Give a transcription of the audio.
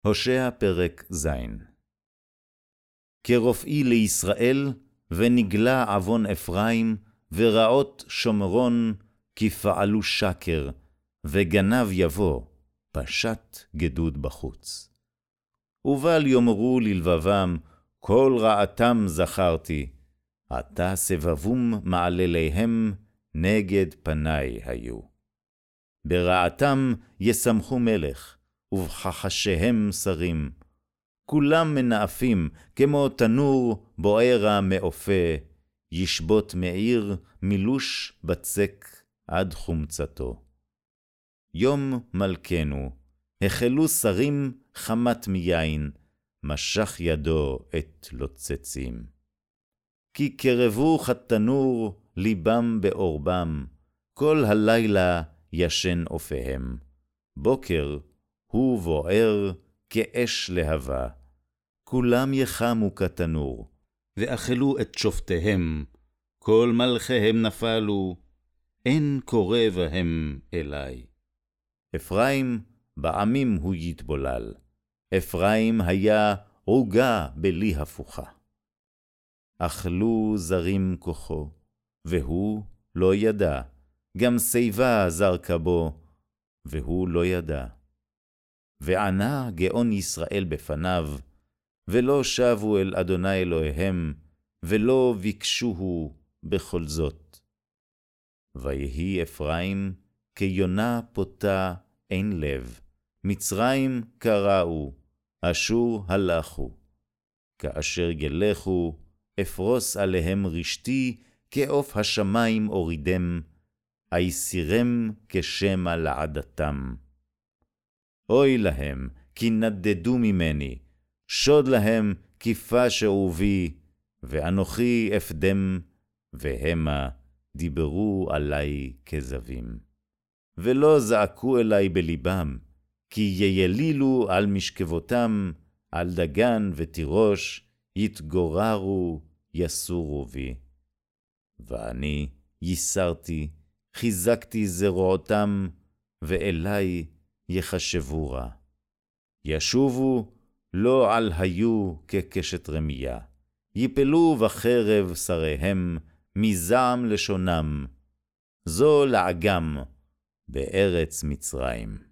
הושע פרק ז'. כרופאי לישראל, ונגלה עוון אפרים, ורעות שומרון, כי פעלו שקר, וגנב יבוא, פשט גדוד בחוץ. ובל יאמרו ללבבם, כל רעתם זכרתי, עתה סבבום מעלליהם, נגד פני היו. ברעתם ישמחו מלך, ובחחשיהם שרים. כולם מנאפים, כמו תנור בוערה מאופה, ישבות מעיר מילוש בצק עד חומצתו. יום מלכנו, החלו שרים חמת מיין, משך ידו את לוצצים. כי קרבו חתנור ליבם באורבם, כל הלילה ישן אופיהם. בוקר הוא בוער כאש להבה. כולם יחמו כתנור, ואכלו את שופטיהם. כל מלכיהם נפלו, אין קורא בהם אלי. אפרים בעמים הוא יתבולל. אפרים היה עוגה בלי הפוכה. אכלו זרים כוחו, והוא לא ידע. גם שיבה זרקה בו, והוא לא ידע. וענה גאון ישראל בפניו, ולא שבו אל אדוני אלוהיהם, ולא ביקשוהו בכל זאת. ויהי אפרים כיונה פותה אין לב, מצרים קראו, אשור הלכו. כאשר גלחו, אפרוס עליהם רשתי, כעוף השמיים אורידם, אייסירם כשמע לעדתם. אוי להם, כי נדדו ממני, שוד להם כיפה שאובי, ואנוכי אפדם, והמה דיברו עלי כזבים. ולא זעקו אלי בליבם, כי יילילו על משכבותם, על דגן ותירוש, יתגוררו, יסורו בי. ואני ייסרתי, חיזקתי זרועותם, ואלי יחשבו רע. ישובו לא על היו כקשת רמיה, יפלו בחרב שריהם, מזעם לשונם, זו לעגם בארץ מצרים.